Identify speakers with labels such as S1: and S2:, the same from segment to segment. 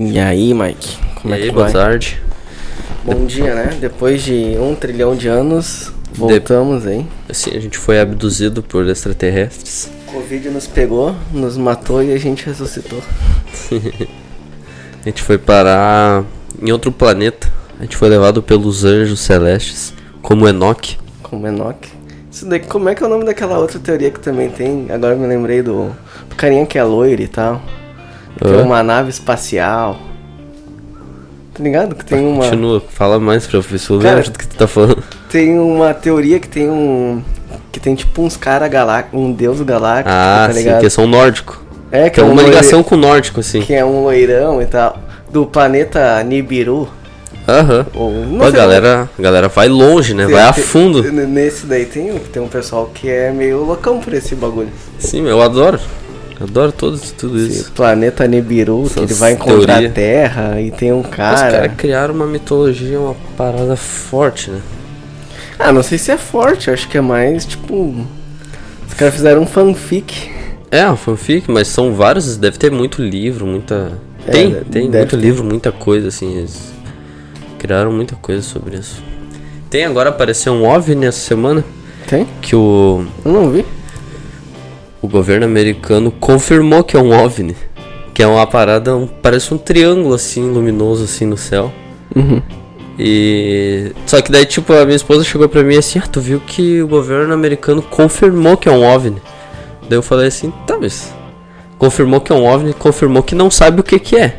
S1: E aí, Mike? Como
S2: E
S1: é
S2: aí,
S1: que
S2: boa
S1: vai?
S2: tarde.
S1: Bom dia, né? Depois de 1 trilhão de anos, voltamos, hein?
S2: Assim, a gente foi abduzido por extraterrestres.
S1: Covid nos pegou, nos matou e a gente ressuscitou.
S2: A gente foi parar em outro planeta. A gente foi levado pelos anjos celestes, como Enoque.
S1: Como Enoch. Isso daí, como é que é o nome daquela outra teoria que também tem? Agora eu me lembrei do carinha que é loiro e tal. Tem uma nave espacial. Tá ligado? Que tem uma...
S2: Continua, fala mais pra pessoa
S1: Cara,
S2: lembra do que tu tá falando.
S1: Tem uma teoria que tem que tem tipo uns caras galácticos, um deus galáctico,
S2: Ah,
S1: tá
S2: sim,
S1: ligado?
S2: que são nórdico.
S1: É, que
S2: Tem
S1: é um
S2: uma ligação
S1: loire-
S2: com o nórdico, assim.
S1: Que é um loirão e tal. Do planeta Nibiru.
S2: Aham.
S1: Ou, não
S2: Pô, a
S1: sei,
S2: galera vai longe, né? Vai a fundo.
S1: Nesse daí tem um pessoal que é meio loucão por esse bagulho.
S2: Sim, eu adoro. Adoro tudo
S1: Esse
S2: isso.
S1: planeta Nibiru, que ele vai encontrar a Terra e tem um
S2: Os
S1: cara...
S2: caras criaram uma mitologia, uma parada forte, né?
S1: Ah, não sei se é forte, eu acho que é mais tipo... Os caras fizeram um fanfic.
S2: É, um fanfic, mas são vários, deve ter muito livro, muita...
S1: É,
S2: Tem
S1: deve
S2: muito
S1: ter.
S2: livro, muita coisa, assim, eles criaram muita coisa sobre isso. Tem agora, apareceu um OVNI essa semana,
S1: Tem?
S2: que o
S1: Eu não vi.
S2: governo americano confirmou que é um OVNI. Que é uma parada, parece um triângulo, assim, luminoso, assim, no céu.
S1: Uhum.
S2: E... Só que daí, tipo, a minha esposa chegou pra mim assim, tu viu que o governo americano confirmou que é um OVNI. Daí eu falei assim, tá, mas... Confirmou que é um OVNI, confirmou que não sabe o que é.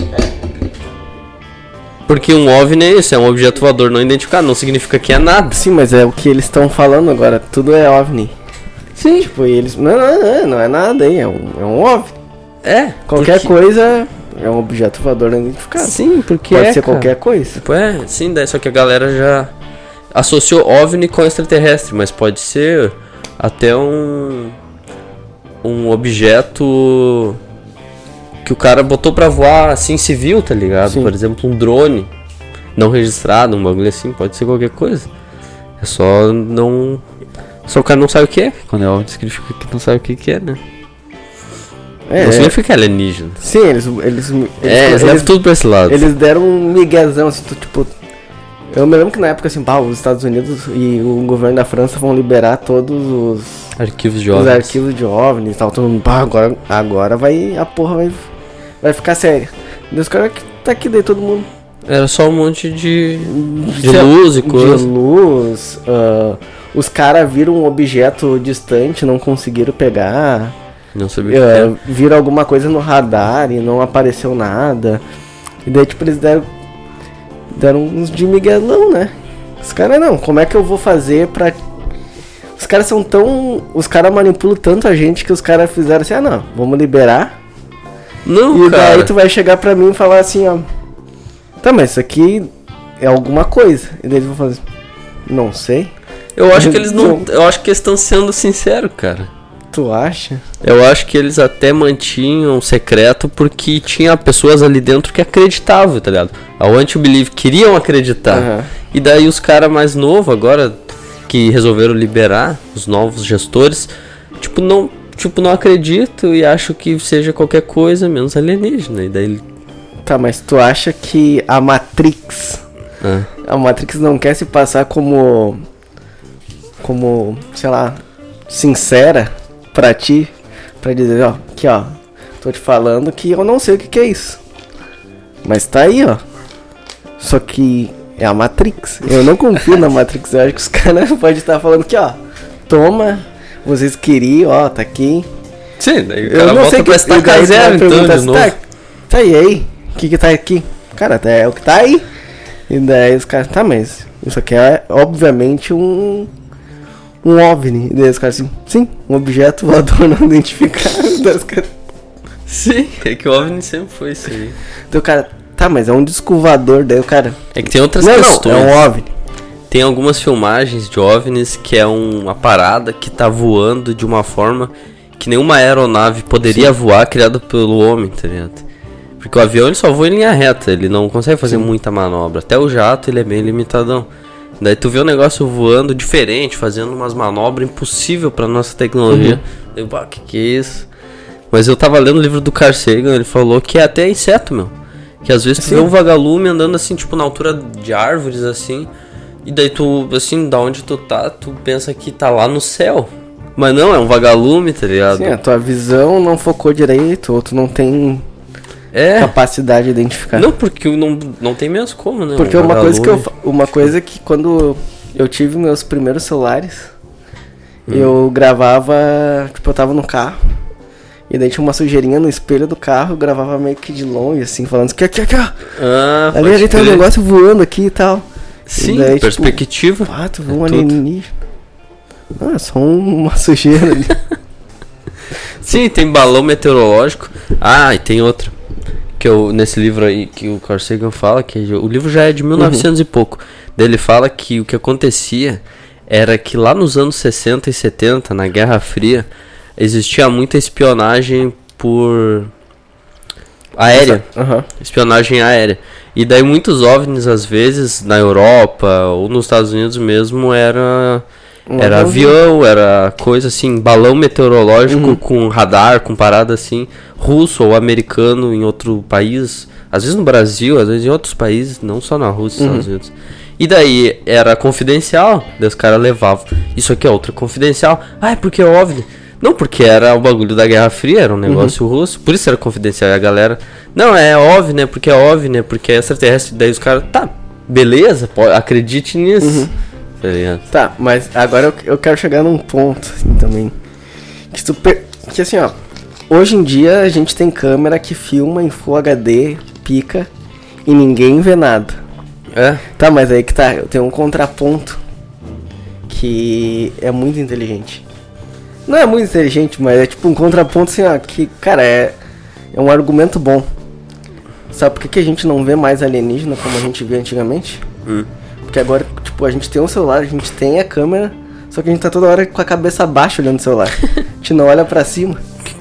S2: Porque um OVNI é isso, é um objeto voador não identificado, não significa que é nada.
S1: Sim, mas é o que eles estão falando agora, tudo é OVNI.
S2: Sim.
S1: Tipo, e eles... Não é nada aí, é um OVNI.
S2: É.
S1: Qualquer
S2: porque...
S1: coisa é um objeto voador não identificado.
S2: Sim, porque
S1: Pode
S2: é,
S1: ser
S2: cara.
S1: qualquer coisa.
S2: Tipo, sim, daí só que a galera já associou OVNI com extraterrestre, mas pode ser até um objeto que o cara botou pra voar assim civil, tá ligado?
S1: Sim.
S2: Por exemplo, um drone não registrado, um bagulho assim, pode ser qualquer coisa. É só não... Só o cara não sabe o que é. Quando é OVNI significa que não sabe o que é, né? Não significa que é alienígena.
S1: Sim, eles
S2: Levam tudo pra esse lado.
S1: Eles deram um miguezão, assim, tipo... Eu me lembro que na época, assim, os Estados Unidos e o governo da França vão liberar todos os
S2: Arquivos de
S1: os
S2: OVNIs.
S1: arquivos de OVNIs e tal. Todo mundo, agora a porra vai ficar séria. Deus, cara, que tá aqui daí todo mundo.
S2: Era só um monte de
S1: Sei lá,
S2: luz e
S1: de
S2: coisa.
S1: luz, os caras viram um objeto distante, não conseguiram pegar.
S2: Não sabia o que era.
S1: Viram alguma coisa no radar e não apareceu nada. E daí, tipo, eles deram uns de miguelão, né? Os caras, não, como é que eu vou fazer pra... Os caras são tão... Os caras manipulam tanto a gente que os caras fizeram assim, não, vamos liberar.
S2: Não,
S1: E
S2: cara.
S1: daí tu vai chegar pra mim e falar assim, ó... Tá, mas isso aqui é alguma coisa. E daí eles vão fazer... Não sei.
S2: Eu acho que eles não. Eu acho que eles estão sendo sinceros, cara.
S1: Tu acha?
S2: Eu acho que eles até mantinham secreto porque tinha pessoas ali dentro que acreditavam, tá ligado? A Want to Believe queriam acreditar.
S1: Aham.
S2: E daí os caras mais novos agora que resolveram liberar, os novos gestores, não acreditam e acham que seja qualquer coisa menos alienígena. E daí...
S1: Tá, mas tu acha que a Matrix... A Matrix não quer se passar como, sei lá, sincera pra ti, pra dizer, ó, aqui ó, tô te falando que eu não sei o que é isso, mas tá aí, ó. Só que é a Matrix, eu não confio na Matrix, eu acho que os caras podem estar falando que, ó, toma, vocês queriam, ó, tá aqui.
S2: Sim, daí o
S1: Eu
S2: cara
S1: não sei
S2: volta pra estacar zero então de novo.
S1: Tá aí, o que tá aqui? Cara, é o que tá aí. E daí os caras, tá, mas isso aqui é obviamente um OVNI. E daí os caras assim, sim, um objeto voador não identificado. Daí os caras,
S2: Sim, é que o OVNI sempre foi isso aí.
S1: daí o cara, tá, mas é um disco voador. Daí o cara,
S2: É que tem outras
S1: não,
S2: questões.
S1: é um OVNI.
S2: Tem algumas filmagens de OVNIs que é uma parada que tá voando de uma forma que nenhuma aeronave poderia voar criada pelo homem, tá ligado? Porque o avião ele só voa em linha reta, ele não consegue fazer muita manobra. Até o jato ele é bem limitadão. Daí tu vê o negócio voando diferente, fazendo umas manobras impossíveis pra nossa tecnologia. Eu, que é isso? Mas eu tava lendo o livro do Carl Sagan, ele falou que é até inseto, meu. Que às vezes tu vê um vagalume andando assim, tipo, na altura de árvores, assim. E daí tu, assim, da onde tu tá, tu pensa que tá lá no céu. Mas não, é um vagalume, tá ligado?
S1: Sim, a tua visão não focou direito, ou tu não tem capacidade de identificar.
S2: Não, porque não tem mesmo como, né?
S1: Porque uma coisa que quando eu tive meus primeiros celulares, eu gravava, tipo, eu tava no carro, e daí tinha uma sujeirinha no espelho do carro, eu gravava meio que de longe, assim, falando aqui, ó. Ali tem um negócio voando aqui e tal.
S2: Sim,
S1: e daí,
S2: perspectiva.
S1: Tipo, tu viu um alienígena. Ah, só uma sujeira ali.
S2: Sim, tem balão meteorológico. Ah, e tem outra. Que nesse livro aí que o Carl Sagan fala, que o livro já é de 1900 e pouco. Daí ele fala que o que acontecia era que lá nos anos 60 e 70, na Guerra Fria, existia muita espionagem por aérea. Espionagem aérea. E daí muitos OVNIs, às vezes, na Europa ou nos Estados Unidos mesmo, era avião, era coisa assim, balão meteorológico com radar, com parada assim, russo ou americano em outro país, às vezes no Brasil, às vezes em outros países, não só na Rússia, Estados Unidos. E daí era confidencial, daí os caras levavam, isso aqui é outra confidencial, é porque é OVNI. Não, porque era o bagulho da Guerra Fria, era um negócio russo, por isso era confidencial. E a galera, não, é OVNI, porque é OVNI, porque é extraterrestre. Daí os caras, tá, beleza, acredite nisso.
S1: Tá, mas agora eu quero chegar num ponto, assim, também. Que assim, ó, hoje em dia a gente tem câmera que filma em Full HD, pica, e ninguém vê nada. Tá, mas aí que tá, eu tenho um contraponto que é muito inteligente. Não é muito inteligente, mas é tipo um contraponto assim, ó, que, cara, é um argumento bom. Sabe por que a gente não vê mais alienígena como a gente via antigamente? Porque agora, tipo, a gente tem um celular, a gente tem a câmera, só que a gente tá toda hora com a cabeça baixa olhando o celular. A gente não olha pra cima.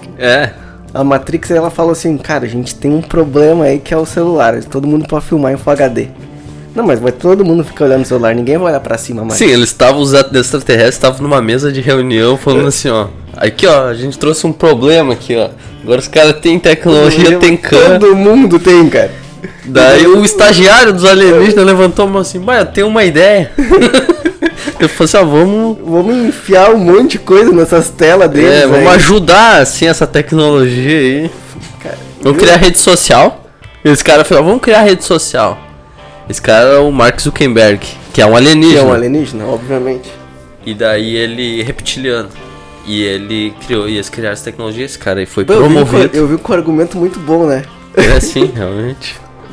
S1: A Matrix, ela falou assim, cara, a gente tem um problema aí que é o celular. Todo mundo pode filmar em Full HD. Não, mas vai todo mundo ficar olhando o celular, ninguém vai olhar pra cima mais.
S2: Sim, eles estavam, os extraterrestres estavam numa mesa de reunião falando assim, ó. Aqui, ó, a gente trouxe um problema aqui, ó. Agora os caras têm tecnologia, tem câmera.
S1: Todo mundo tem, cara.
S2: Daí o estagiário dos alienígenas levantou a mão assim, eu tenho uma ideia. Eu falei assim,
S1: vamos enfiar um monte de coisa nessas telas deles.
S2: Vamos ajudar, assim, essa tecnologia aí.
S1: Cara,
S2: vamos criar rede social. E os caras falaram, vamos criar rede social. Esse cara é o Mark Zuckerberg, que é um alienígena.
S1: Que é um alienígena, obviamente.
S2: E daí ele, reptiliano. E ele ia criar essa tecnologia, esse cara aí foi promovido.
S1: Eu vi com um argumento muito bom, né?
S2: É sim, realmente.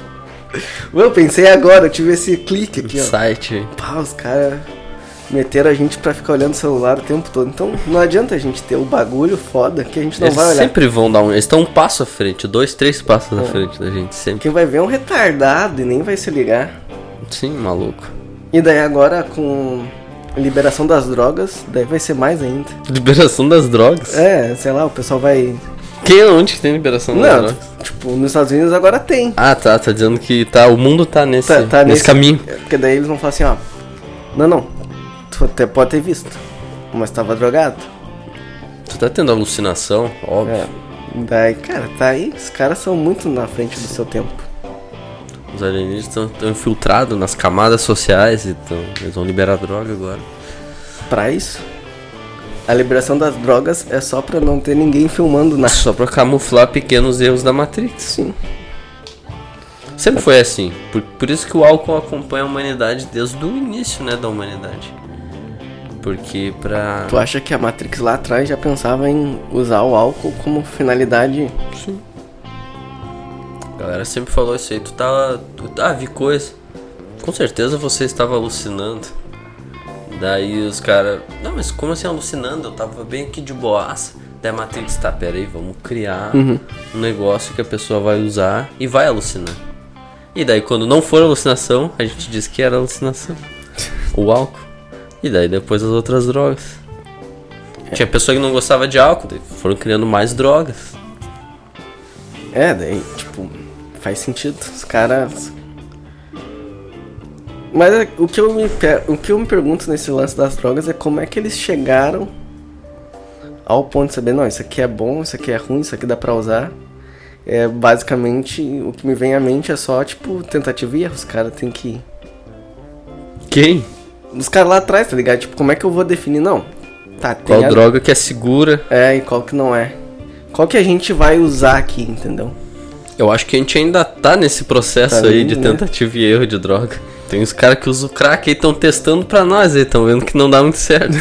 S1: Eu pensei agora, eu tive esse clique aqui, ó.
S2: Site.
S1: Pá, os caras meteram a gente pra ficar olhando o celular o tempo todo. Então não adianta a gente ter o bagulho foda que a gente não vai olhar.
S2: Eles sempre vão dar eles estão um passo à frente, 2, 3 passos à frente da gente, sempre.
S1: Quem vai ver é um retardado e nem vai se ligar.
S2: Sim, maluco.
S1: E daí agora com liberação das drogas, daí vai ser mais ainda.
S2: Liberação das drogas?
S1: Sei lá, o pessoal vai...
S2: Onde que tem liberação das drogas?
S1: Tipo, nos Estados Unidos agora tem.
S2: Tá dizendo que o mundo tá nesse caminho.
S1: Porque daí eles vão falar assim, ó, não, tu até pode ter visto, mas tava drogado.
S2: Tu tá tendo alucinação, óbvio.
S1: Daí, cara, tá aí, os caras são muito na frente do seu tempo.
S2: Os alienígenas estão infiltrados nas camadas sociais, eles vão liberar droga agora.
S1: Pra isso, a liberação das drogas é só pra não ter ninguém filmando nada.
S2: Só pra camuflar pequenos erros da Matrix.
S1: Sim.
S2: Sempre foi assim. Por isso que o álcool acompanha a humanidade desde o início, né, da humanidade. Porque pra...
S1: Tu acha que a Matrix lá atrás já pensava em usar o álcool como finalidade?
S2: Sim. A galera sempre falou isso aí. Vi coisa. Com certeza você estava alucinando. Daí os caras... Não, mas como assim alucinando? Eu tava bem aqui de boaça. Daí a Matrix, peraí, vamos criar um negócio que a pessoa vai usar e vai alucinar. E daí quando não for alucinação, a gente diz que era alucinação. O álcool. E daí depois as outras drogas. Tinha pessoa que não gostava de álcool, daí foram criando mais drogas.
S1: Daí, tipo, faz sentido. Os caras... Mas o que eu me pergunto nesse lance das drogas é como é que eles chegaram ao ponto de saber, não, isso aqui é bom, isso aqui é ruim, isso aqui dá pra usar. É basicamente, o que me vem à mente é só, tipo, tentativa e erro. Os caras tem que...
S2: Quem?
S1: Os caras lá atrás, tá ligado? Tipo, como é que eu vou definir? Não. Tá, tem
S2: Qual droga que é segura?
S1: É, e qual que não é. Qual que a gente vai usar aqui, entendeu?
S2: Eu acho que a gente ainda tá nesse processo
S1: Tá
S2: aí
S1: indo,
S2: de
S1: né?
S2: tentativa e erro de droga. Tem os caras que usam crack aí, estão testando pra nós aí, estão vendo que não dá muito certo.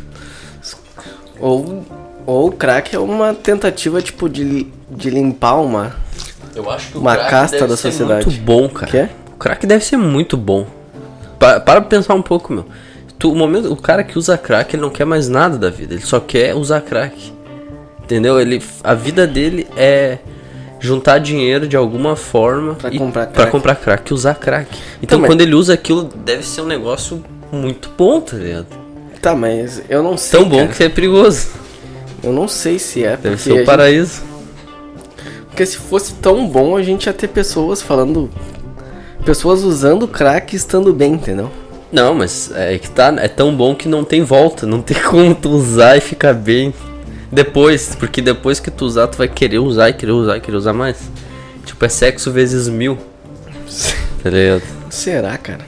S1: Ou o crack é uma tentativa, tipo, de limpar
S2: Eu acho que
S1: Uma crack casta deve da ser sociedade.
S2: muito bom, cara.
S1: Que é?
S2: O crack deve ser muito bom. Para pra pensar um pouco, meu. O cara que usa crack, ele não quer mais nada da vida. Ele só quer usar crack. Entendeu? A vida dele é juntar dinheiro de alguma forma pra comprar crack e usar crack. Então,
S1: Também.
S2: quando ele usa aquilo, deve ser um negócio muito bom, tá ligado?
S1: Tá, mas eu não sei,
S2: Tão bom
S1: cara.
S2: que é perigoso.
S1: Eu não sei se é,
S2: Deve
S1: porque
S2: ser o paraíso.
S1: Porque se fosse tão bom, a gente ia ter pessoas falando... Pessoas usando crack e estando bem, entendeu?
S2: Não, mas é que tá, é tão bom que não tem volta, não tem como tu usar e ficar bem depois, porque depois que tu usar, tu vai querer usar e querer usar e querer usar mais. Tipo, é sexo vezes 1000. Tá ligado?
S1: Será, cara?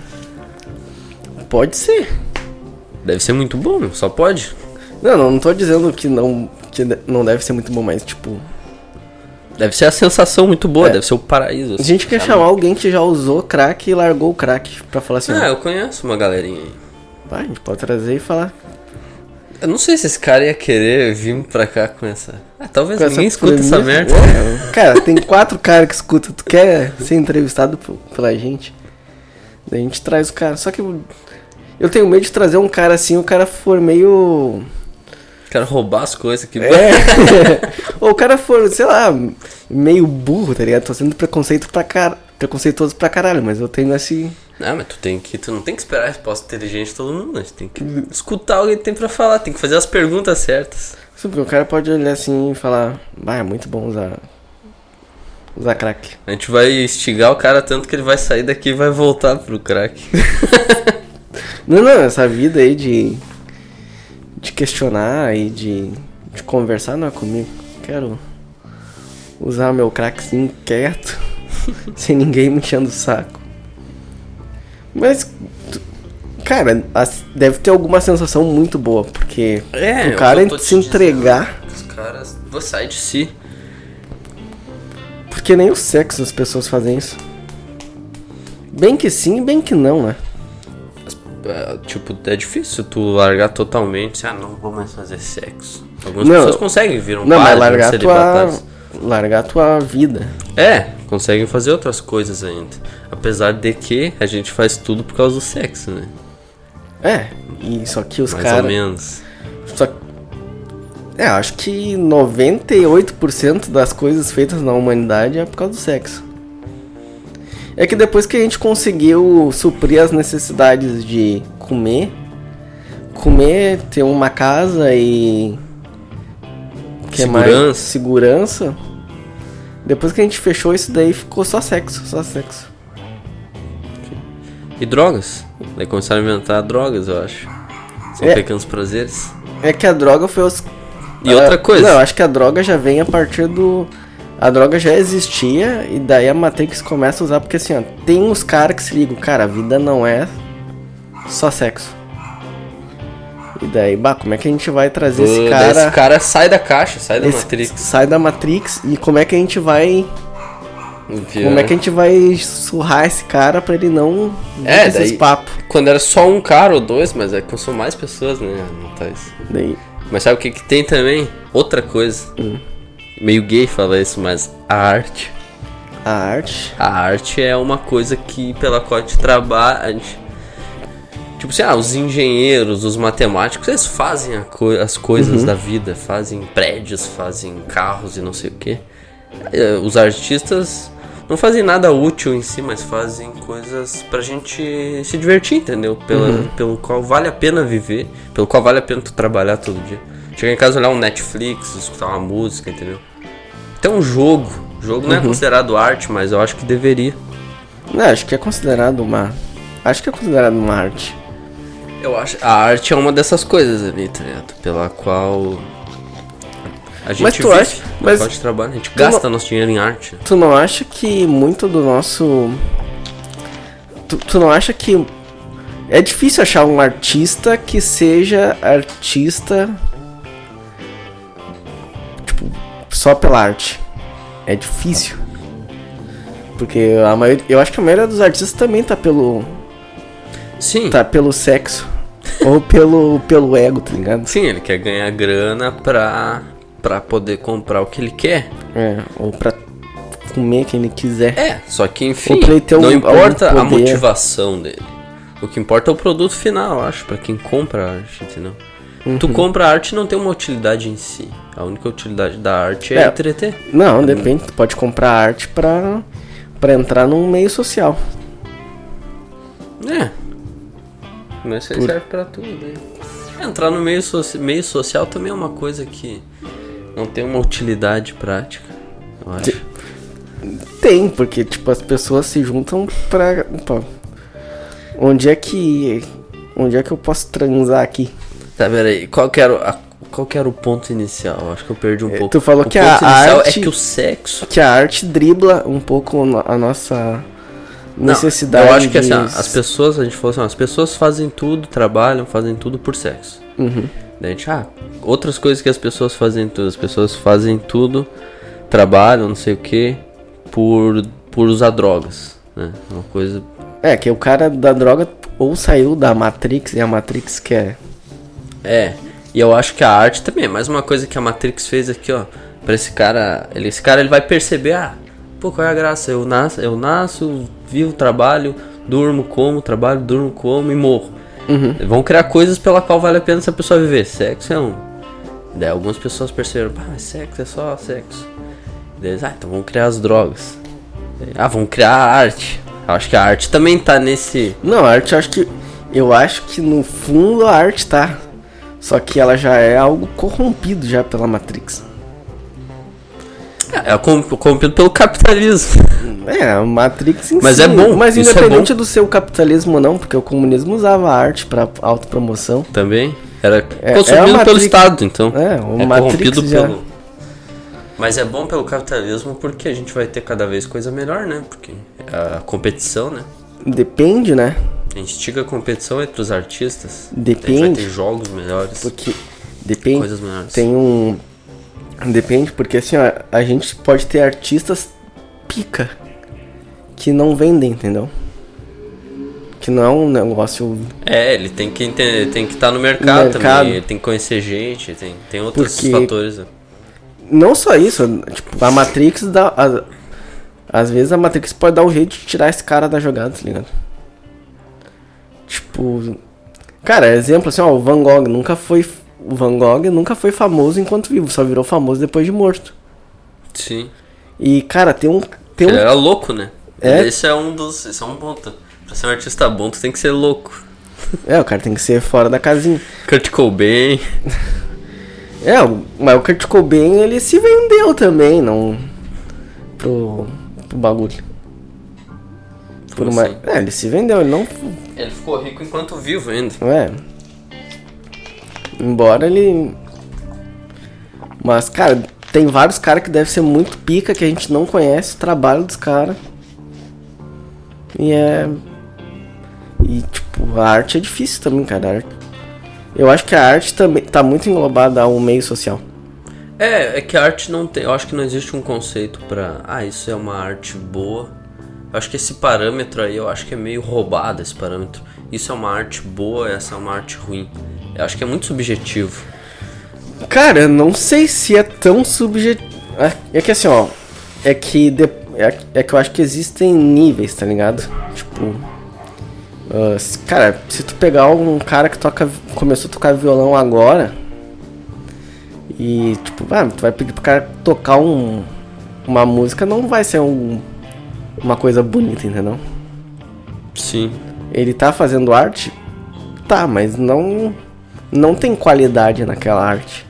S1: Pode ser.
S2: Deve ser muito bom, meu, só pode.
S1: Não tô dizendo que não deve ser muito bom, mas tipo...
S2: Deve ser a sensação muito boa,
S1: É.
S2: deve ser o paraíso.
S1: A gente quer
S2: sabe?
S1: chamar alguém que já usou crack e largou o crack pra falar assim...
S2: Ah, eu conheço uma galerinha aí.
S1: Vai, a gente pode trazer e falar...
S2: Eu não sei se esse cara ia querer vir pra cá com essa... Ah, talvez
S1: com
S2: ninguém
S1: essa
S2: escuta essa
S1: premissa.
S2: merda.
S1: É, cara, tem 4 caras que escutam. Tu quer ser entrevistado pela gente? Daí a gente traz o cara. Só que eu tenho medo de trazer um cara assim, o cara for meio...
S2: Quero roubar as coisas aqui.
S1: É. Ou o cara for, sei lá, meio burro, tá ligado? Tô sendo preconceituoso pra caralho, mas eu tenho esse...
S2: Não, mas tu não tem que esperar a resposta inteligente de todo mundo, a gente tem que escutar o que ele tem pra falar, tem que fazer as perguntas certas.
S1: Sim, porque o cara pode olhar assim e falar, é muito bom usar crack.
S2: A gente vai instigar o cara tanto que ele vai sair daqui e vai voltar pro crack.
S1: Não, essa vida aí de questionar e de conversar não é comigo. Quero usar meu crackzinho quieto, sem ninguém me enchendo o saco. Mas, cara, deve ter alguma sensação muito boa, porque o cara se entregar...
S2: Os caras vão sair de si.
S1: Porque nem o sexo as pessoas fazem isso. Bem que sim, bem que não, né?
S2: Tipo, é difícil tu largar totalmente. Não vou mais fazer sexo. Algumas
S1: Não.
S2: pessoas conseguem vir um
S1: Não, mas
S2: par de celibatares.
S1: largar tua vida.
S2: É, conseguem fazer outras coisas ainda. Apesar de que a gente faz tudo por causa do sexo, né?
S1: É, e só que os
S2: Mais
S1: caras...
S2: ou menos.
S1: acho que 98% das coisas feitas na humanidade é por causa do sexo. É que depois que a gente conseguiu suprir as necessidades de comer, ter uma casa e... Segurança. Depois que a gente fechou isso daí, ficou só sexo.
S2: E drogas. Daí começaram a inventar drogas, eu acho. São pequenos prazeres.
S1: É que a droga foi os...
S2: E outra coisa.
S1: Não, eu acho que a droga já vem a partir do... A droga já existia e daí a Matrix começa a usar porque assim, ó, tem uns caras que se ligam, cara, a vida não é só sexo. E daí, como é que a gente vai trazer esse cara...
S2: Esse cara sai da caixa, sai da Matrix.
S1: Sai da Matrix e como é que a gente vai... Como é que a gente vai surrar esse cara pra ele não vir com esses papos?
S2: Quando era só um cara ou dois, mas é que são mais pessoas, né? Não tá isso.
S1: Daí...
S2: Mas sabe o que tem também? Outra coisa. Meio gay falar isso, mas a arte.
S1: A arte?
S2: A arte é uma coisa pela qual a gente trabalha. Tipo assim, os engenheiros, os matemáticos, eles fazem as coisas da vida. Fazem prédios, fazem carros e não sei o que. Os artistas não fazem nada útil em si, mas fazem coisas pra gente se divertir, entendeu? Pelo qual vale a pena viver, pelo qual vale a pena tu trabalhar todo dia. Chegar em casa, olhar um Netflix, escutar uma música, entendeu? Até um jogo. O jogo não é considerado arte, mas eu acho que deveria.
S1: Não, acho que é considerado uma arte.
S2: Eu acho. A arte é uma dessas coisas ali, tá ligado? Pela qual A gente
S1: Mas tu
S2: vive
S1: acha- mas
S2: local de trabalho, a gente gasta nosso dinheiro em arte.
S1: Tu não acha que muito do nosso... Tu não acha que... É difícil achar um artista que seja artista... Tipo, só pela arte. É difícil. Porque eu acho que a maioria dos artistas também tá pelo...
S2: Sim.
S1: Tá pelo sexo. Ou pelo ego, tá ligado?
S2: Sim, ele quer ganhar grana pra poder comprar o que ele quer.
S1: É, ou pra comer quem ele quiser.
S2: É, só que enfim,
S1: Ou pra ele ter
S2: não importa
S1: algum
S2: a
S1: poder.
S2: motivação dele. O que importa é o produto final, eu acho, pra quem compra a arte, entendeu?
S1: Uhum.
S2: Tu compra a arte e não tem uma utilidade em si. A única utilidade da arte é entreter.
S1: Não, depende. Tu pode comprar arte pra entrar num meio social.
S2: É. Mas isso aí serve pra tudo. Né? Entrar no meio social também é uma coisa que não tem uma utilidade prática, eu acho.
S1: Tem, porque tipo, as pessoas se juntam pra... Opa, onde é que eu posso transar aqui?
S2: Tá, peraí, qual que era o ponto inicial? Eu acho que eu perdi um pouco.
S1: Tu falou
S2: o
S1: que
S2: ponto
S1: a
S2: inicial
S1: arte...
S2: é que o sexo...
S1: Que a arte dribla um pouco a nossa necessidade.
S2: Não, eu acho que assim, as pessoas, a gente falou assim, as pessoas fazem tudo, trabalham, fazem tudo por sexo.
S1: Uhum.
S2: Daí a gente, outras coisas que as pessoas fazem tudo. As pessoas fazem tudo, trabalham, não sei o que, por usar drogas, né? Uma coisa...
S1: É, que o cara da droga ou saiu da Matrix e a Matrix quer...
S2: É, e eu acho que a arte também é mais uma coisa que a Matrix fez aqui, ó. Pra esse cara ele vai perceber, pô, qual é a graça? Eu nasço, vivo, trabalho, durmo, como, trabalho, durmo, como e morro.
S1: Uhum.
S2: Vão criar coisas pela qual vale a pena essa pessoa viver. Sexo é um. Daí algumas pessoas perceberam, mas sexo é só sexo. Daí eles, então vamos criar as drogas. Vamos criar a arte. Eu acho que a arte também tá nesse...
S1: Não, a arte eu acho que no fundo a arte tá. Só que ela já é algo corrompido já pela Matrix.
S2: É corrompido pelo capitalismo.
S1: É, a Matrix em
S2: Mas
S1: si.
S2: é bom,
S1: Mas
S2: isso
S1: independente
S2: é bom.
S1: do seu capitalismo ou não, porque o comunismo usava a arte pra autopromoção.
S2: Também. Era
S1: É
S2: consumido
S1: a
S2: pelo
S1: Matrix.
S2: Estado, então.
S1: O Matrix
S2: corrompido
S1: já...
S2: pelo... Mas é bom pelo capitalismo porque a gente vai ter cada vez coisa melhor, né? Porque a competição, né?
S1: Depende, né?
S2: A gente instiga a competição entre os artistas.
S1: Depende.
S2: A gente vai ter jogos melhores,
S1: Porque depende.
S2: coisas melhores.
S1: Depende, porque assim, ó, a gente pode ter artistas pica que não vendem, entendeu? Que não é um negócio...
S2: Ele tem que entender, tem que estar no mercado também, ele tem que conhecer gente, tem outros
S1: Porque-
S2: fatores. Né?
S1: Não só isso, tipo, a Matrix dá... Às vezes a Matrix pode dar um jeito de tirar esse cara da jogada, tá ligado? Tipo... Cara, exemplo assim, ó, o Van Gogh nunca foi famoso enquanto vivo, só virou famoso depois de morto.
S2: Sim.
S1: E, cara,
S2: Ele era louco, né?
S1: É.
S2: Esse é um ponto. Pra ser um artista bom, tu tem que ser louco.
S1: O cara tem que ser fora da casinha.
S2: Kurt Cobain.
S1: Mas o Kurt Cobain, ele se vendeu também, não... Pro bagulho.
S2: Como assim?
S1: Ele se vendeu, ele não...
S2: Ele ficou rico enquanto vivo ainda.
S1: Embora ele... Mas, cara, tem vários caras que devem ser muito pica, que a gente não conhece o trabalho dos caras. E, tipo, a arte é difícil também, cara. Eu acho que a arte também tá muito englobada ao meio social.
S2: É que a arte não tem... Eu acho que não existe um conceito pra... isso é uma arte boa. Eu acho que esse parâmetro aí, eu acho que é meio roubado esse parâmetro. Isso é uma arte boa, essa é uma arte ruim. Eu acho que é muito subjetivo.
S1: Cara, eu não sei se é tão subjetivo. É que assim, ó. É que eu acho que existem níveis, tá ligado? Tipo... cara, se tu pegar um cara que começou a tocar violão agora... E, tipo, tu vai pedir pro cara tocar uma música, não vai ser uma coisa bonita, entendeu?
S2: Sim.
S1: Ele tá fazendo arte? Tá, mas não tem qualidade naquela arte.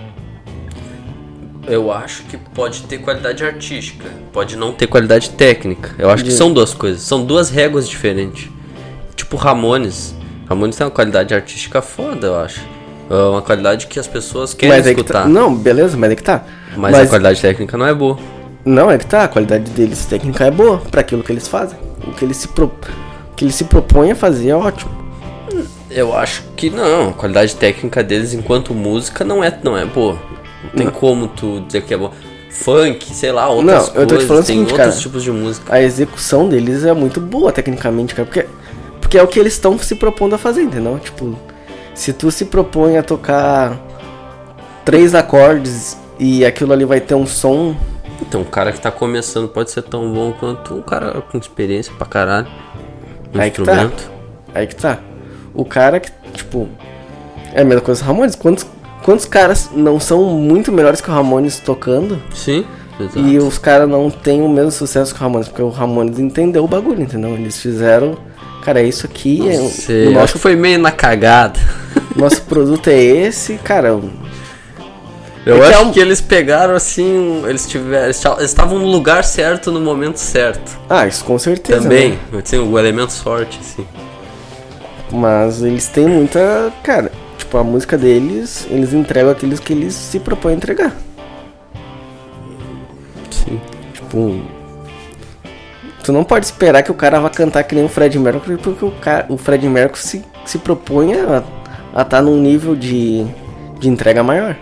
S2: Eu acho que pode ter qualidade artística, pode não ter qualidade técnica. Eu acho que são duas coisas, são duas réguas diferentes. Tipo Ramones. Ramones tem uma qualidade artística foda, eu acho. É uma qualidade que as pessoas querem
S1: Mas é que
S2: escutar.
S1: tá. Não, beleza, mas é que tá.
S2: Mas a qualidade técnica não é boa.
S1: Não, é que tá, a qualidade deles técnica é boa pra aquilo que eles fazem. O que eles se propõem a fazer é ótimo.
S2: Eu acho que não. A qualidade técnica deles enquanto música não é boa. Não tem como tu dizer que é boa. Funk, sei lá, outras
S1: Não, eu tô te
S2: coisas,
S1: falando o
S2: tem
S1: seguinte,
S2: outros
S1: cara,
S2: tipos de música.
S1: A execução deles é muito boa tecnicamente, cara, porque é o que eles estão se propondo a fazer, entendeu? Tipo, se tu se propõe a tocar 3 acordes e aquilo ali vai ter um som...
S2: Então, um cara que tá começando pode ser tão bom quanto um cara com experiência pra caralho no instrumento.
S1: Aí que tá. O cara que, tipo... É a mesma coisa do Ramones. Quantos caras não são muito melhores que o Ramones tocando?
S2: Sim, exato.
S1: E os caras não têm o mesmo sucesso que o Ramones? Porque o Ramones entendeu o bagulho, entendeu? Eles fizeram... Cara, é isso aqui...
S2: Sei, acho que foi meio na cagada.
S1: Nosso produto é esse, cara...
S2: Eu acho que eles pegaram assim, eles estavam no lugar certo no momento certo.
S1: Ah, isso com certeza.
S2: Também,
S1: né?
S2: assim, o elemento sorte, assim.
S1: Mas eles têm muita... Cara, tipo, a música deles, eles entregam aquilo que eles se propõem a entregar.
S2: Sim.
S1: Tipo... Tu não pode esperar que o cara vá cantar que nem o Freddie Mercury, porque o Freddie Mercury se propõe a estar num nível de entrega maior.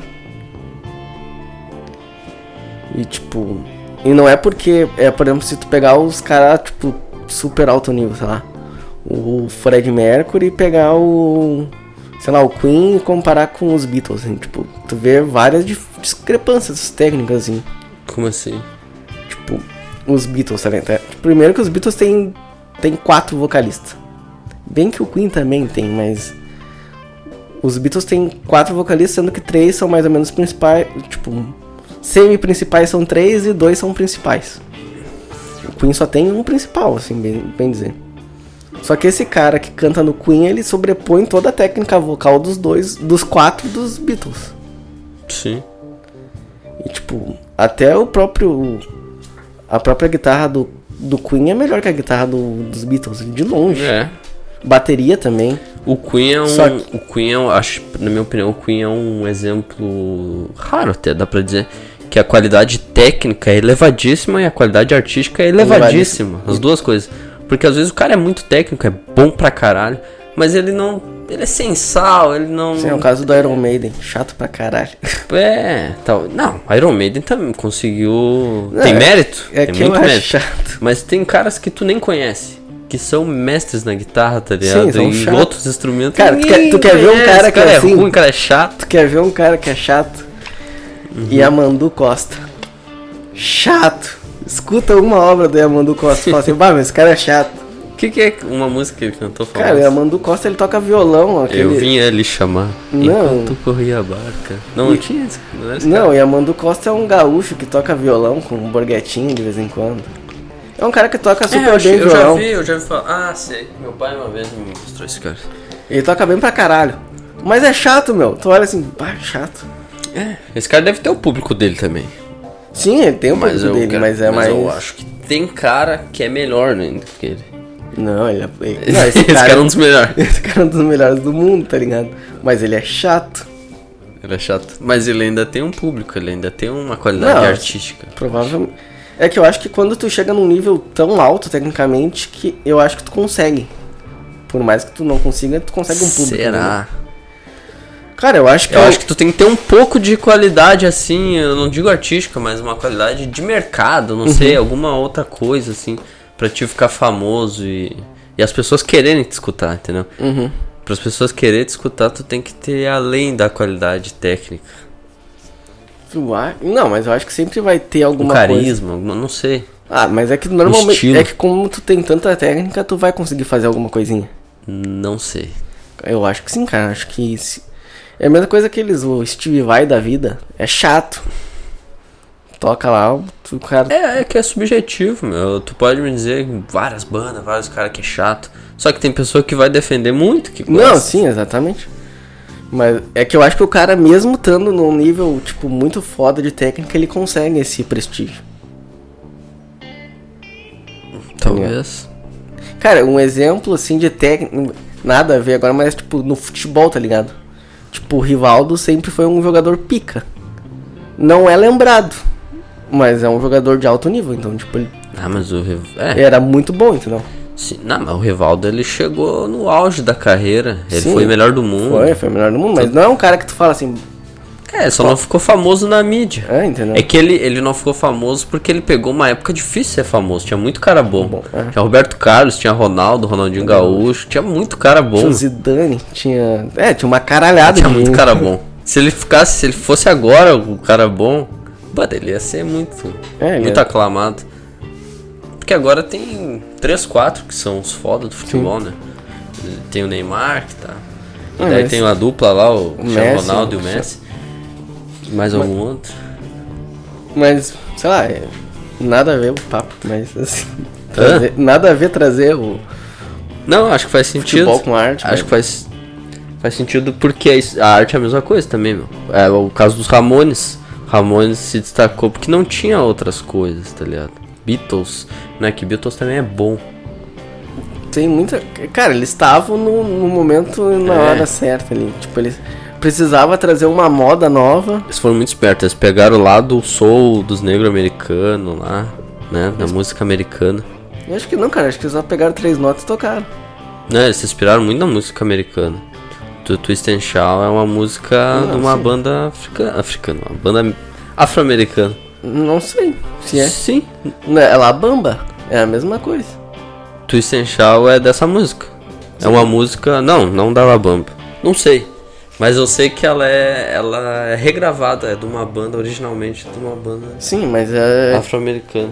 S1: E tipo... E não é porque... por exemplo, se tu pegar os caras, tipo, super alto nível, sei lá. O Freddie Mercury e pegar o... Sei lá, o Queen e comparar com os Beatles, assim. Tipo, tu vê várias discrepâncias técnicas, assim.
S2: Como assim?
S1: Tipo, os Beatles, tá ligado? Primeiro que os Beatles tem 4 vocalistas. Bem que o Queen também tem, mas... Os Beatles tem 4 vocalistas, sendo que 3 são mais ou menos principais, tipo... Semi-principais são 3 e 2 são principais. O Queen só tem um principal, assim, bem dizer. Só que esse cara que canta no Queen, ele sobrepõe toda a técnica vocal dos 4 dos Beatles.
S2: Sim.
S1: E tipo, até a própria guitarra do Queen é melhor que a guitarra dos Beatles, de longe.
S2: É.
S1: Bateria também.
S2: O Queen acho, na minha opinião, o Queen é um exemplo raro até, dá pra dizer. Que a qualidade técnica é elevadíssima e a qualidade artística é elevadíssima. As duas coisas. Porque às vezes o cara é muito técnico, é bom pra caralho, mas ele é sem sal, ele não...
S1: Sim, é o caso do Iron Maiden, chato pra caralho.
S2: Tal. Não, Iron Maiden também conseguiu... Tem mérito,
S1: tem
S2: muito mérito.
S1: Chato.
S2: Mas tem caras que tu nem conhece, que são mestres na guitarra, tá ligado?
S1: Sim,
S2: em outros instrumentos.
S1: Cara, tu quer ver um cara que é assim?
S2: Ruim, cara é chato.
S1: Tu quer ver um cara que é chato? Yamandu Costa. Chato. Escuta uma obra do Yamandu Costa e fala assim, mas esse cara é chato.
S2: O que é uma música que ele cantou famosa?
S1: Cara, o Yamandu Costa, ele toca violão.
S2: Eu vinha lhe chamar enquanto corria a barca. Não tinha isso?
S1: Não, o Yamandu Costa é um gaúcho que toca violão com um borguetinho de vez em quando. É um cara que toca super bem violão.
S2: Eu já vi falar. Ah, sei. Meu pai uma vez me mostrou esse cara.
S1: Ele toca bem pra caralho. Mas é chato, meu. Tu olha assim, chato.
S2: Esse cara deve ter o público dele também.
S1: Sim, ele tem o público dele, mas é mais...
S2: eu acho que tem cara que é melhor ainda que ele.
S1: Não, ele é...
S2: Não, esse cara é um dos melhores.
S1: Esse cara é um dos melhores do mundo, tá ligado? Mas ele é chato.
S2: Ele é chato. Mas ele ainda tem um público, ele ainda tem uma qualidade artística.
S1: Provavelmente. É que eu acho que quando tu chega num nível tão alto, tecnicamente, que eu acho que tu consegue. Por mais que tu não consiga, tu consegue um público.
S2: Será?
S1: Né? Cara, eu acho que...
S2: Eu acho que tu tem que ter um pouco de qualidade, assim, eu não digo artística, mas uma qualidade de mercado, não sei, alguma outra coisa, assim, pra te ficar famoso e as pessoas quererem te escutar, entendeu? Para as pessoas quererem te escutar, tu tem que ter além da qualidade técnica.
S1: Não, mas eu acho que sempre vai ter alguma
S2: carisma,
S1: coisa.
S2: Não sei.
S1: Ah, mas é que normalmente... É que como tu tem tanta técnica, tu vai conseguir fazer alguma coisinha.
S2: Não sei.
S1: Eu acho que sim, cara. Acho que... É a mesma coisa que o Steve Vai da vida. É chato. Toca lá, o cara...
S2: É que é subjetivo, meu. Tu pode me dizer várias bandas, vários caras que é chato. Só que tem pessoa que vai defender muito, que gosta.
S1: Não, sim, exatamente. Mas é que eu acho que o cara, mesmo estando num nível, tipo, muito foda de técnica, ele consegue esse prestígio.
S2: Talvez.
S1: Cara, um exemplo, assim, de técnica... Nada a ver agora, mas, tipo, no futebol, tá ligado? tipo, o Rivaldo sempre foi um jogador pica. Não é lembrado, mas é um jogador de alto nível, então, tipo, ele
S2: mas o
S1: era muito bom, entendeu?
S2: Sim, não, mas o Rivaldo, ele chegou no auge da carreira. Ele
S1: Sim,
S2: foi o melhor do mundo.
S1: Foi o melhor do mundo, mas não é um cara que tu fala assim...
S2: Só não ficou famoso na mídia.
S1: Entendeu?
S2: É que ele não ficou famoso porque ele pegou uma época difícil ser famoso. Tinha muito cara bom. Tinha Roberto Carlos, tinha Ronaldinho Gaúcho. Tinha muito cara bom.
S1: Tinha o Zidane, tinha uma caralhada
S2: tinha muito cara bom. Se ele fosse agora o cara bom, ele ia ser muito aclamado. Porque agora tem 3, 4 que são os foda do futebol, né? Tem o Neymar que tá. E daí tem a dupla lá, o
S1: Messi,
S2: Ronaldo e o Messi. Mais algum outro?
S1: Mas, sei lá, nada a ver o papo, mas assim. Nada a ver trazer o.
S2: Não, acho que faz sentido.
S1: Futebol com arte.
S2: Acho que faz sentido porque a arte é a mesma coisa também, meu. É o caso dos Ramones. Ramones se destacou porque não tinha outras coisas, tá ligado? Beatles, né? Que Beatles também é bom.
S1: Tem muita. Cara, eles estavam no momento na hora certa ali. Tipo, eles precisava trazer uma moda nova.
S2: Eles foram muito espertos, eles pegaram lá do soul dos negros americanos lá, né? Da música americana.
S1: Eu acho que não, cara, acho que eles só pegaram 3 notas e tocaram.
S2: Não, eles se inspiraram muito na música americana. Twist and Shout é uma música de uma banda africana, uma banda afro-americana.
S1: Não sei se é.
S2: Sim.
S1: É La Bamba, é a mesma coisa.
S2: Twist and Shout é dessa música. Sim. É uma música, não da La Bamba. Não sei. Mas eu sei que ela é regravada, é de uma banda, originalmente de uma banda.
S1: Sim, mas é
S2: afro-americana.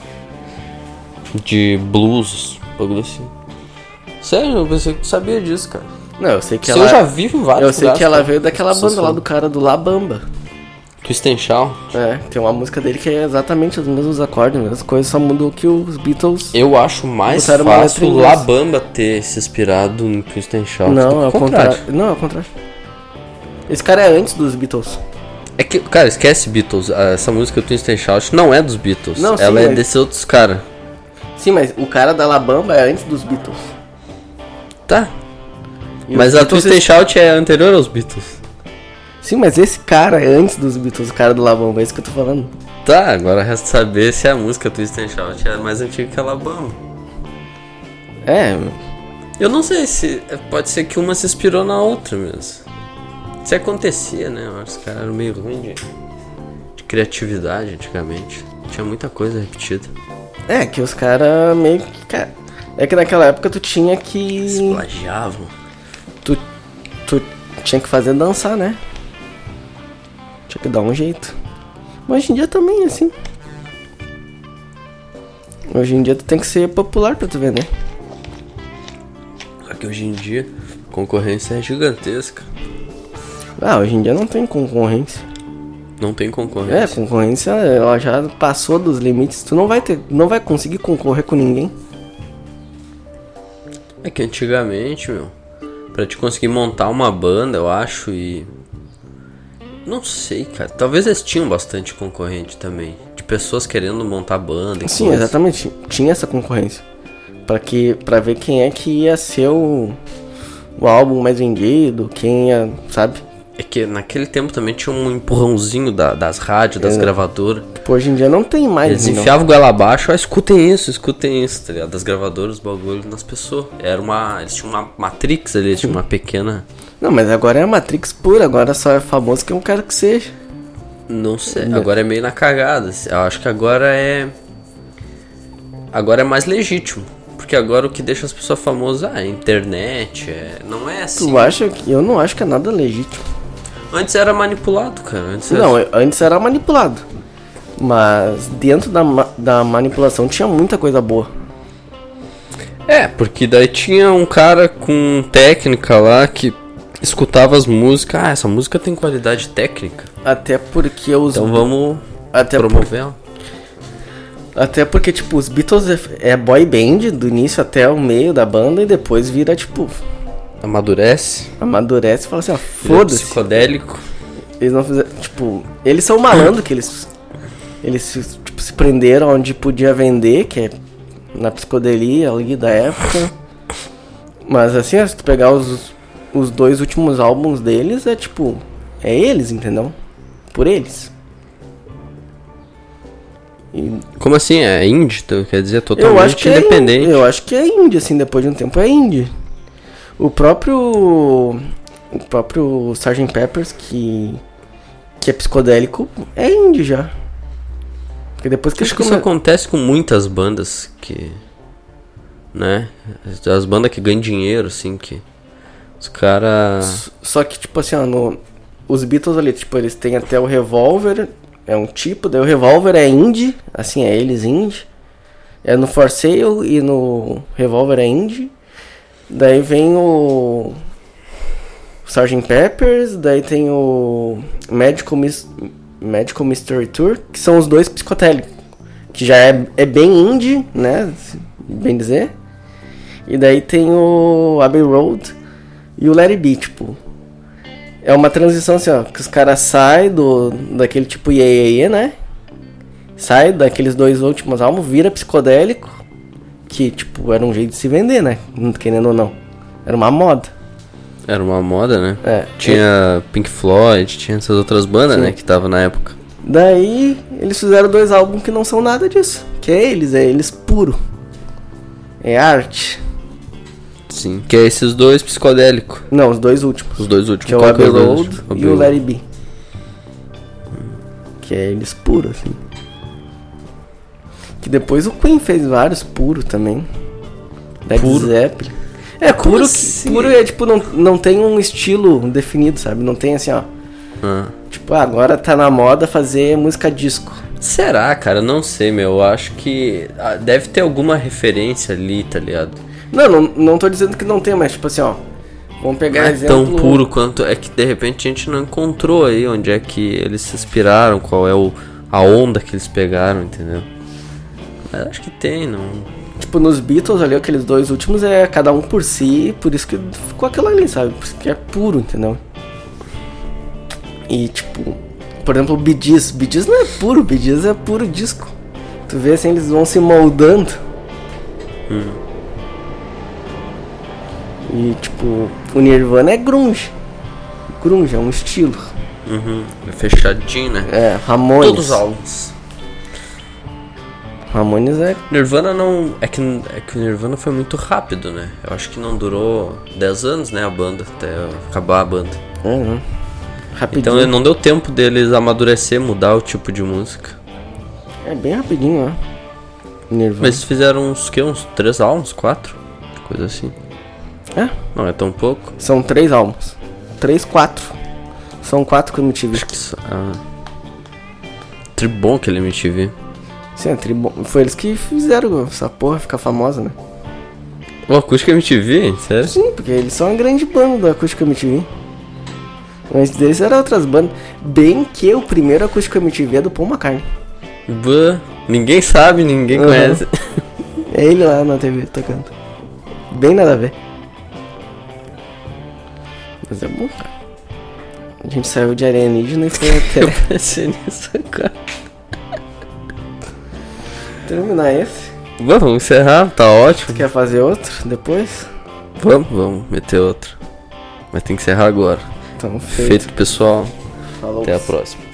S2: De blues, bagulho assim. Sério, eu pensei que tu sabia disso, cara.
S1: Não, eu sei que
S2: eu já vi em vários.
S1: Eu sei que ela veio daquela banda lá do cara do La Bamba.
S2: Twist and Shout.
S1: Tem uma música dele que é exatamente os mesmos acordes, as mesmas coisas, só mudou que os Beatles.
S2: Eu acho mais fácil o La Bamba ter se inspirado no Twist and Shout.
S1: Não, é o contrário. Não, é o contrário. Esse cara é antes dos Beatles.
S2: É que, cara, esquece Beatles. Essa música Twist and Shout não é dos Beatles.
S1: Não, sim,
S2: ela é desses outros caras.
S1: Sim, mas o cara da La Bamba é antes dos Beatles.
S2: Tá. Mas a Twist and Shout é anterior aos Beatles.
S1: Sim, mas esse cara é antes dos Beatles, o cara do La Bamba, é isso que eu tô falando.
S2: Tá, agora resta saber se a música Twist and Shout é mais antiga que a La Bamba. Eu não sei se... Pode ser que uma se inspirou na outra mesmo. Se acontecia, né? Os caras eram meio ruins de criatividade antigamente. Tinha muita coisa repetida.
S1: Que os caras meio que... Cara, é que naquela época tu tinha que...
S2: Eles plagiavam.
S1: Tu tinha que fazer dançar, né? Tinha que dar um jeito. Mas hoje em dia também, assim. Hoje em dia tu tem que ser popular pra tu vender.
S2: Só que hoje em dia a concorrência é gigantesca.
S1: Hoje em dia não tem concorrência.
S2: Não tem concorrência?
S1: Concorrência ela já passou dos limites. Tu não vai conseguir concorrer com ninguém.
S2: É que antigamente, pra te conseguir montar uma banda, eu acho, e... Não sei, cara. Talvez eles tinham bastante concorrente também. De pessoas querendo montar banda e
S1: Sim,
S2: coisa.
S1: Exatamente. Tinha essa concorrência. Pra ver quem é que ia ser o álbum mais vendido, quem ia, sabe?
S2: É que naquele tempo também tinha um empurrãozinho das rádios, das gravadoras.
S1: Hoje em dia não tem mais.
S2: Eles enfiavam o goela abaixo, escutem isso, tá ligado? Das gravadoras, os bagulhos nas pessoas. Eles tinham uma Matrix ali, tinha uma pequena...
S1: Não, mas agora é a Matrix pura, agora só é famoso que eu quero que seja.
S2: Não sei, agora é meio na cagada. Eu acho que agora é mais legítimo. Porque agora o que deixa as pessoas famosas é a internet, não é assim.
S1: Tu acha que... Eu não acho que é nada legítimo.
S2: Antes era manipulado, cara.
S1: Antes era manipulado. Mas dentro da manipulação tinha muita coisa boa.
S2: Porque daí tinha um cara com técnica lá que escutava as músicas. Essa música tem qualidade técnica.
S1: Até porque
S2: Então vamos promover ela.
S1: Até porque, tipo, os Beatles é boy band do início até o meio da banda e depois vira, tipo...
S2: Amadurece
S1: e fala assim, foda-se.
S2: Psicodélico.
S1: Eles não fizeram, tipo... Eles são malandros que eles tipo, se prenderam onde podia vender, que é na psicodelia ali da época. Mas assim, se tu pegar os 2 últimos álbuns deles é tipo... É eles, entendeu? Por eles. E
S2: Como assim? É indie? Então, quer dizer, totalmente
S1: eu acho que
S2: independente.
S1: eu acho que é indie, assim, depois de um tempo é indie. O próprio Sgt. Peppers, que é psicodélico, é indie já. Porque depois que
S2: Acho que isso acontece com muitas bandas que... Né? As bandas que ganham dinheiro, assim, que... Os caras...
S1: Só que, tipo assim, ó, os Beatles ali, tipo, eles têm até o Revolver, é um tipo, daí o Revolver é indie, assim, é eles indie. É no For Sale e no Revolver é indie. Daí vem o Sgt. Peppers, daí tem o Magical Mystery Tour, que são os 2 psicodélicos, que já é bem indie, né, bem dizer. E daí tem o Abbey Road e o Let It Be, tipo... É uma transição assim, ó, que os caras saem daquele tipo iê, né? Sai daqueles 2 últimos álbuns, vira psicodélico, que, tipo, era um jeito de se vender, né? Querendo ou não. Era uma moda.
S2: Era uma moda, né?
S1: É.
S2: Tinha Pink Floyd, tinha essas outras bandas,
S1: Sim.
S2: né? Que tava na época.
S1: Daí, eles fizeram 2 álbuns que não são nada disso. Que é eles puro. É arte.
S2: Sim. Que é esses 2 psicodélicos.
S1: Não, os 2 últimos.
S2: Os 2 últimos.
S1: Que é o
S2: Qual
S1: Abbey
S2: os dois
S1: Road
S2: últimos?
S1: e o Let It Be. Que é eles puro, assim. Que depois o Queen fez vários puro também. Led
S2: Puro?
S1: Zeppelin. É,
S2: Como
S1: puro,
S2: assim?
S1: puro é tipo, não tem um estilo definido, sabe? Não tem assim, ó. Tipo, agora tá na moda fazer música disco.
S2: Será, cara? Não sei, meu. Eu acho que deve ter alguma referência ali, tá ligado?
S1: Não tô dizendo que não tem, mas tipo assim, ó. Vamos pegar
S2: Não é
S1: exemplo...
S2: tão puro quanto... É que de repente a gente não encontrou aí onde é que eles se inspiraram, qual é a onda que eles pegaram, entendeu? Mas acho que tem, não...
S1: Tipo, nos Beatles ali, aqueles 2 últimos é cada um por si, por isso que ficou aquilo ali, sabe? Porque é puro, entendeu? E tipo, por exemplo, o Bee Gees. Bee Gees não é puro, Bee Gees é puro disco. Tu vê assim, eles vão se moldando. E tipo, o Nirvana é grunge. Grunge é um estilo.
S2: É fechadinho, né?
S1: É, Ramones.
S2: Todos os álbuns.
S1: Ramones é...
S2: Nirvana não... É que o Nirvana foi muito rápido, né? Eu acho que não durou 10 anos, né, a banda, até acabar a banda.
S1: né? Rapidinho.
S2: Então não deu tempo deles amadurecer, mudar o tipo de música.
S1: É bem rapidinho, ó. Nirvana.
S2: Mas eles fizeram uns 3 álbuns, 4? Coisa assim.
S1: É?
S2: Não é tão pouco.
S1: São 3 álbuns. 3, 4. São 4 que eu me tive.
S2: Acho que... Tribom aquele MTV.
S1: Sim, foi eles que fizeram essa porra ficar famosa, né?
S2: O Acústica MTV? Sério?
S1: Sim, porque eles são uma grande banda do Acústico MTV. Antes deles eram outras bandas. Bem que o primeiro Acústico MTV é do Paul McCartney.
S2: Ninguém sabe, ninguém conhece.
S1: É ele lá na TV tocando. Bem nada a ver. Mas é bom, cara. A gente saiu de alienígena e foi até
S2: Eu pensei nisso agora.
S1: terminar esse.
S2: Vamos encerrar, tá ótimo.
S1: Quer fazer outro depois?
S2: Vamos meter outro. Mas tem que encerrar agora.
S1: Então, feito.
S2: Feito, pessoal.
S1: Falou.
S2: Até a próxima.